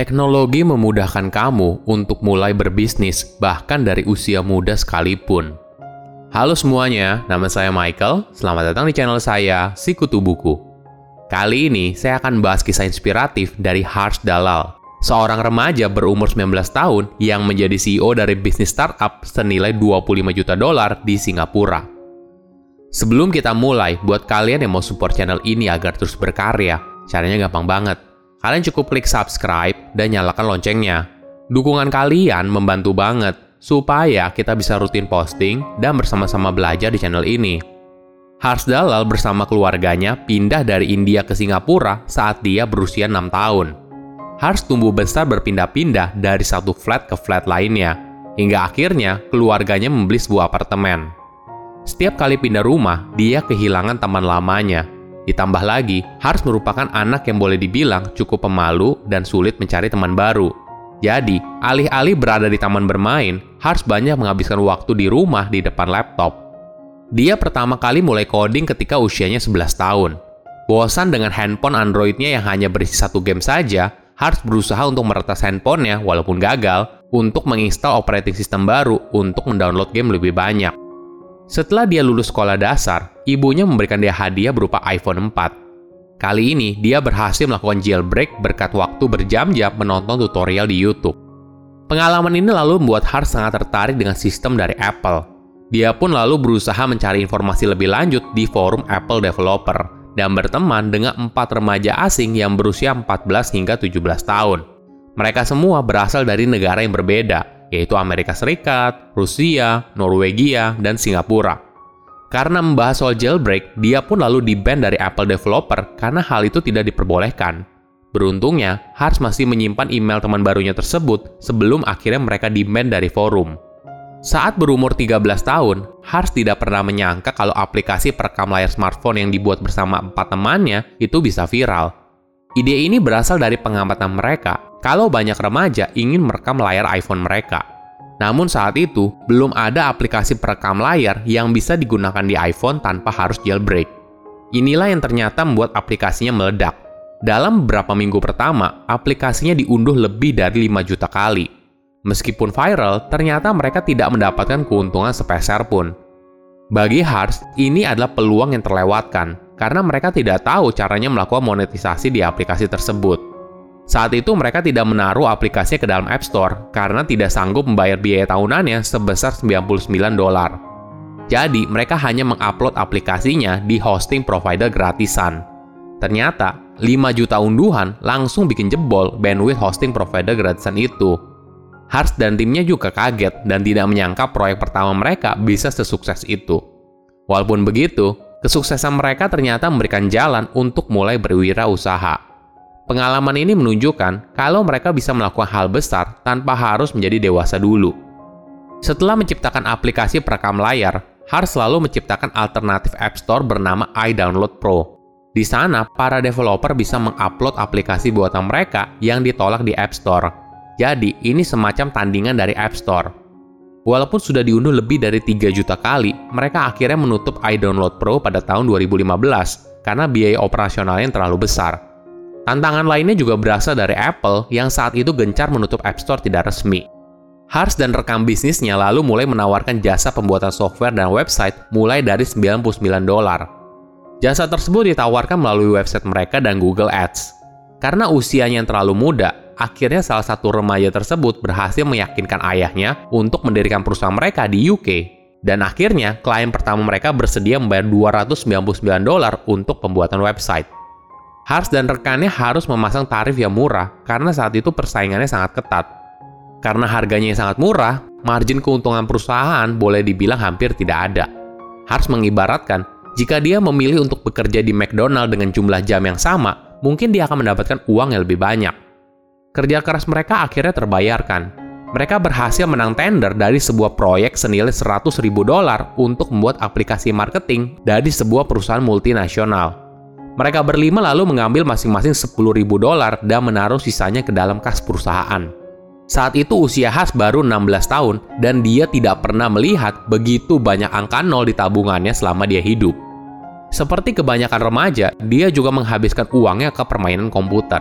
Teknologi memudahkan kamu untuk mulai berbisnis, bahkan dari usia muda sekalipun. Halo semuanya, nama saya Michael. Selamat datang di channel saya, Sikutu Buku. Kali ini, saya akan bahas kisah inspiratif dari Harsh Dalal, seorang remaja berumur 19 tahun yang menjadi CEO dari bisnis startup senilai $25 juta di Singapura. Sebelum kita mulai, buat kalian yang mau support channel ini agar terus berkarya, caranya gampang banget. Kalian cukup klik subscribe dan nyalakan loncengnya. Dukungan kalian membantu banget supaya kita bisa rutin posting dan bersama-sama belajar di channel ini. Harsh Dalal bersama keluarganya pindah dari India ke Singapura saat dia berusia 6 tahun. Harsh tumbuh besar berpindah-pindah dari satu flat ke flat lainnya, hingga akhirnya keluarganya membeli sebuah apartemen. Setiap kali pindah rumah, dia kehilangan teman lamanya. Ditambah lagi, Harsh merupakan anak yang boleh dibilang cukup pemalu dan sulit mencari teman baru. Jadi, alih-alih berada di taman bermain, Harsh banyak menghabiskan waktu di rumah di depan laptop. Dia pertama kali mulai coding ketika usianya 11 tahun. Bosan dengan handphone Android-nya yang hanya berisi satu game saja, Harsh berusaha untuk meretas handphonenya walaupun gagal untuk menginstal operating system baru untuk mendownload game lebih banyak. Setelah dia lulus sekolah dasar, ibunya memberikan dia hadiah berupa iPhone 4. Kali ini, dia berhasil melakukan jailbreak berkat waktu berjam-jam menonton tutorial di YouTube. Pengalaman ini lalu membuat Harsh sangat tertarik dengan sistem dari Apple. Dia pun lalu berusaha mencari informasi lebih lanjut di forum Apple Developer dan berteman dengan 4 remaja asing yang berusia 14 hingga 17 tahun. Mereka semua berasal dari negara yang berbeda, yaitu Amerika Serikat, Rusia, Norwegia, dan Singapura. Karena membahas soal jailbreak, dia pun lalu di-ban dari Apple Developer karena hal itu tidak diperbolehkan. Beruntungnya, Harsh masih menyimpan email teman barunya tersebut sebelum akhirnya mereka di-ban dari forum. Saat berumur 13 tahun, Harsh tidak pernah menyangka kalau aplikasi perekam layar smartphone yang dibuat bersama 4 temannya itu bisa viral. Ide ini berasal dari pengamatan mereka kalau banyak remaja ingin merekam layar iPhone mereka. Namun saat itu, belum ada aplikasi perekam layar yang bisa digunakan di iPhone tanpa harus jailbreak. Inilah yang ternyata membuat aplikasinya meledak. Dalam beberapa minggu pertama, aplikasinya diunduh lebih dari 5 juta kali. Meskipun viral, ternyata mereka tidak mendapatkan keuntungan sepeser pun. Bagi Harsh, ini adalah peluang yang terlewatkan, karena mereka tidak tahu caranya melakukan monetisasi di aplikasi tersebut. Saat itu mereka tidak menaruh aplikasinya ke dalam App Store karena tidak sanggup membayar biaya tahunannya sebesar $99. Jadi, mereka hanya mengupload aplikasinya di hosting provider gratisan. Ternyata, 5 juta unduhan langsung bikin jebol bandwidth hosting provider gratisan itu. Harsh dan timnya juga kaget dan tidak menyangka proyek pertama mereka bisa sesukses itu. Walaupun begitu, kesuksesan mereka ternyata memberikan jalan untuk mulai berwirausaha. Pengalaman ini menunjukkan kalau mereka bisa melakukan hal besar tanpa harus menjadi dewasa dulu. Setelah menciptakan aplikasi perekam layar, Harsh selalu menciptakan alternatif App Store bernama iDownload Pro. Di sana, para developer bisa mengupload aplikasi buatan mereka yang ditolak di App Store. Jadi, ini semacam tandingan dari App Store. Walaupun sudah diunduh lebih dari 3 juta kali, mereka akhirnya menutup iDownload Pro pada tahun 2015 karena biaya operasionalnya yang terlalu besar. Tantangan lainnya juga berasal dari Apple yang saat itu gencar menutup App Store tidak resmi. Harsh dan rekan bisnisnya lalu mulai menawarkan jasa pembuatan software dan website mulai dari $99. Jasa tersebut ditawarkan melalui website mereka dan Google Ads. Karena usianya yang terlalu muda, akhirnya salah satu remaja tersebut berhasil meyakinkan ayahnya untuk mendirikan perusahaan mereka di UK. Dan akhirnya, klien pertama mereka bersedia membayar $299 untuk pembuatan website. Harsh dan rekannya harus memasang tarif yang murah karena saat itu persaingannya sangat ketat. Karena harganya yang sangat murah, margin keuntungan perusahaan boleh dibilang hampir tidak ada. Harsh mengibaratkan, jika dia memilih untuk bekerja di McDonald dengan jumlah jam yang sama, mungkin dia akan mendapatkan uang yang lebih banyak. Kerja keras mereka akhirnya terbayarkan. Mereka berhasil menang tender dari sebuah proyek senilai $100.000 untuk membuat aplikasi marketing dari sebuah perusahaan multinasional. Mereka berlima lalu mengambil masing-masing $10.000 dan menaruh sisanya ke dalam kas perusahaan. Saat itu usia Harsh baru 16 tahun dan dia tidak pernah melihat begitu banyak angka nol di tabungannya selama dia hidup. Seperti kebanyakan remaja, dia juga menghabiskan uangnya ke permainan komputer.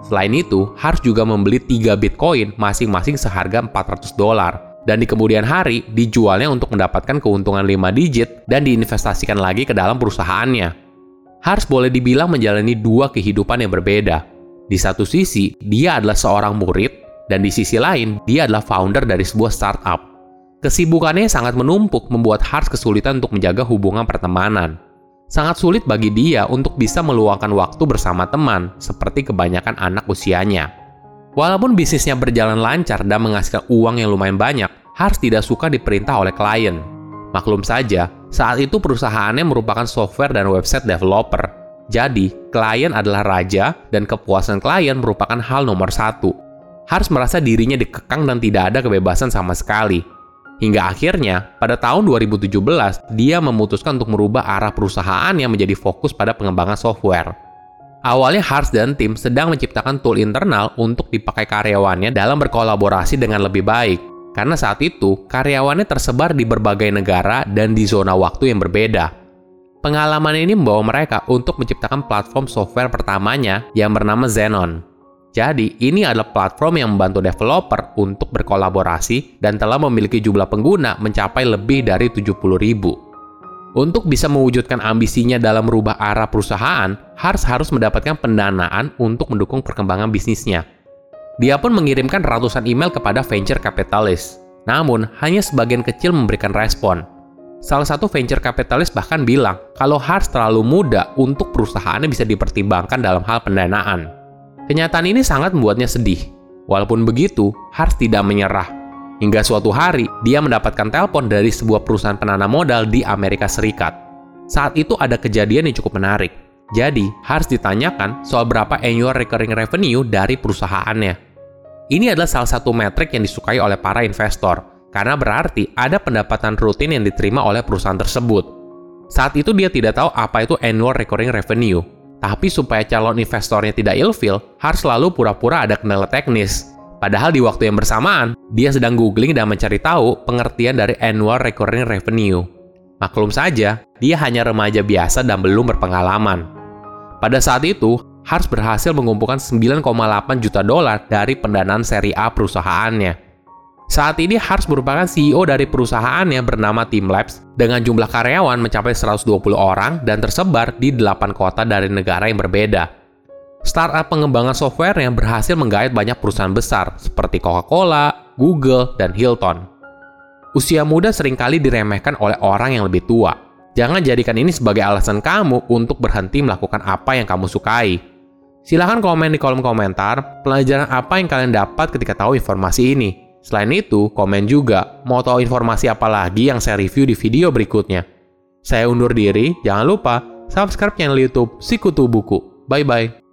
Selain itu, Hars juga membeli 3 Bitcoin masing-masing seharga $400. Dan di kemudian hari, dijualnya untuk mendapatkan keuntungan 5 digit dan diinvestasikan lagi ke dalam perusahaannya. Hars boleh dibilang menjalani 2 kehidupan yang berbeda. Di satu sisi, dia adalah seorang murid, dan di sisi lain, dia adalah founder dari sebuah startup. Kesibukannya sangat menumpuk membuat Hars kesulitan untuk menjaga hubungan pertemanan. Sangat sulit bagi dia untuk bisa meluangkan waktu bersama teman, seperti kebanyakan anak usianya. Walaupun bisnisnya berjalan lancar dan menghasilkan uang yang lumayan banyak, Hars tidak suka diperintah oleh klien. Maklum saja, saat itu perusahaannya merupakan software dan website developer. Jadi, klien adalah raja dan kepuasan klien merupakan hal nomor 1. Hars merasa dirinya dikekang dan tidak ada kebebasan sama sekali. Hingga akhirnya, pada tahun 2017, dia memutuskan untuk merubah arah perusahaan yang menjadi fokus pada pengembangan software. Awalnya Hars dan tim sedang menciptakan tool internal untuk dipakai karyawannya dalam berkolaborasi dengan lebih baik. Karena saat itu, karyawannya tersebar di berbagai negara dan di zona waktu yang berbeda. Pengalaman ini membawa mereka untuk menciptakan platform software pertamanya yang bernama Xenon. Jadi, ini adalah platform yang membantu developer untuk berkolaborasi dan telah memiliki jumlah pengguna mencapai lebih dari 70.000. Untuk bisa mewujudkan ambisinya dalam merubah arah perusahaan, Hars harus mendapatkan pendanaan untuk mendukung perkembangan bisnisnya. Dia pun mengirimkan ratusan email kepada venture capitalist. Namun, hanya sebagian kecil memberikan respon. Salah satu venture capitalist bahkan bilang kalau Hars terlalu muda untuk perusahaannya bisa dipertimbangkan dalam hal pendanaan. Kenyataan ini sangat membuatnya sedih. Walaupun begitu, Hars tidak menyerah. Hingga suatu hari, dia mendapatkan telepon dari sebuah perusahaan penanam modal di Amerika Serikat. Saat itu ada kejadian yang cukup menarik. Jadi, Hars ditanyakan soal berapa annual recurring revenue dari perusahaannya. Ini adalah salah satu metrik yang disukai oleh para investor, karena berarti ada pendapatan rutin yang diterima oleh perusahaan tersebut. Saat itu dia tidak tahu apa itu annual recurring revenue. Tapi supaya calon investornya tidak ilfil, Hars selalu pura-pura ada kendala teknis. Padahal di waktu yang bersamaan, dia sedang googling dan mencari tahu pengertian dari annual recurring revenue. Maklum saja, dia hanya remaja biasa dan belum berpengalaman. Pada saat itu, Hars berhasil mengumpulkan $9,8 juta dari pendanaan seri A perusahaannya. Saat ini Hars merupakan CEO dari perusahaan yang bernama Teamlabs dengan jumlah karyawan mencapai 120 orang dan tersebar di 8 kota dari negara yang berbeda. Startup pengembangan software yang berhasil menggait banyak perusahaan besar seperti Coca-Cola, Google, dan Hilton. Usia muda seringkali diremehkan oleh orang yang lebih tua. Jangan jadikan ini sebagai alasan kamu untuk berhenti melakukan apa yang kamu sukai. Silahkan komen di kolom komentar pelajaran apa yang kalian dapat ketika tahu informasi ini. Selain itu, komen juga mau tahu informasi apa lagi yang saya review di video berikutnya. Saya undur diri, jangan lupa subscribe channel YouTube Sikutu Buku. Bye-bye.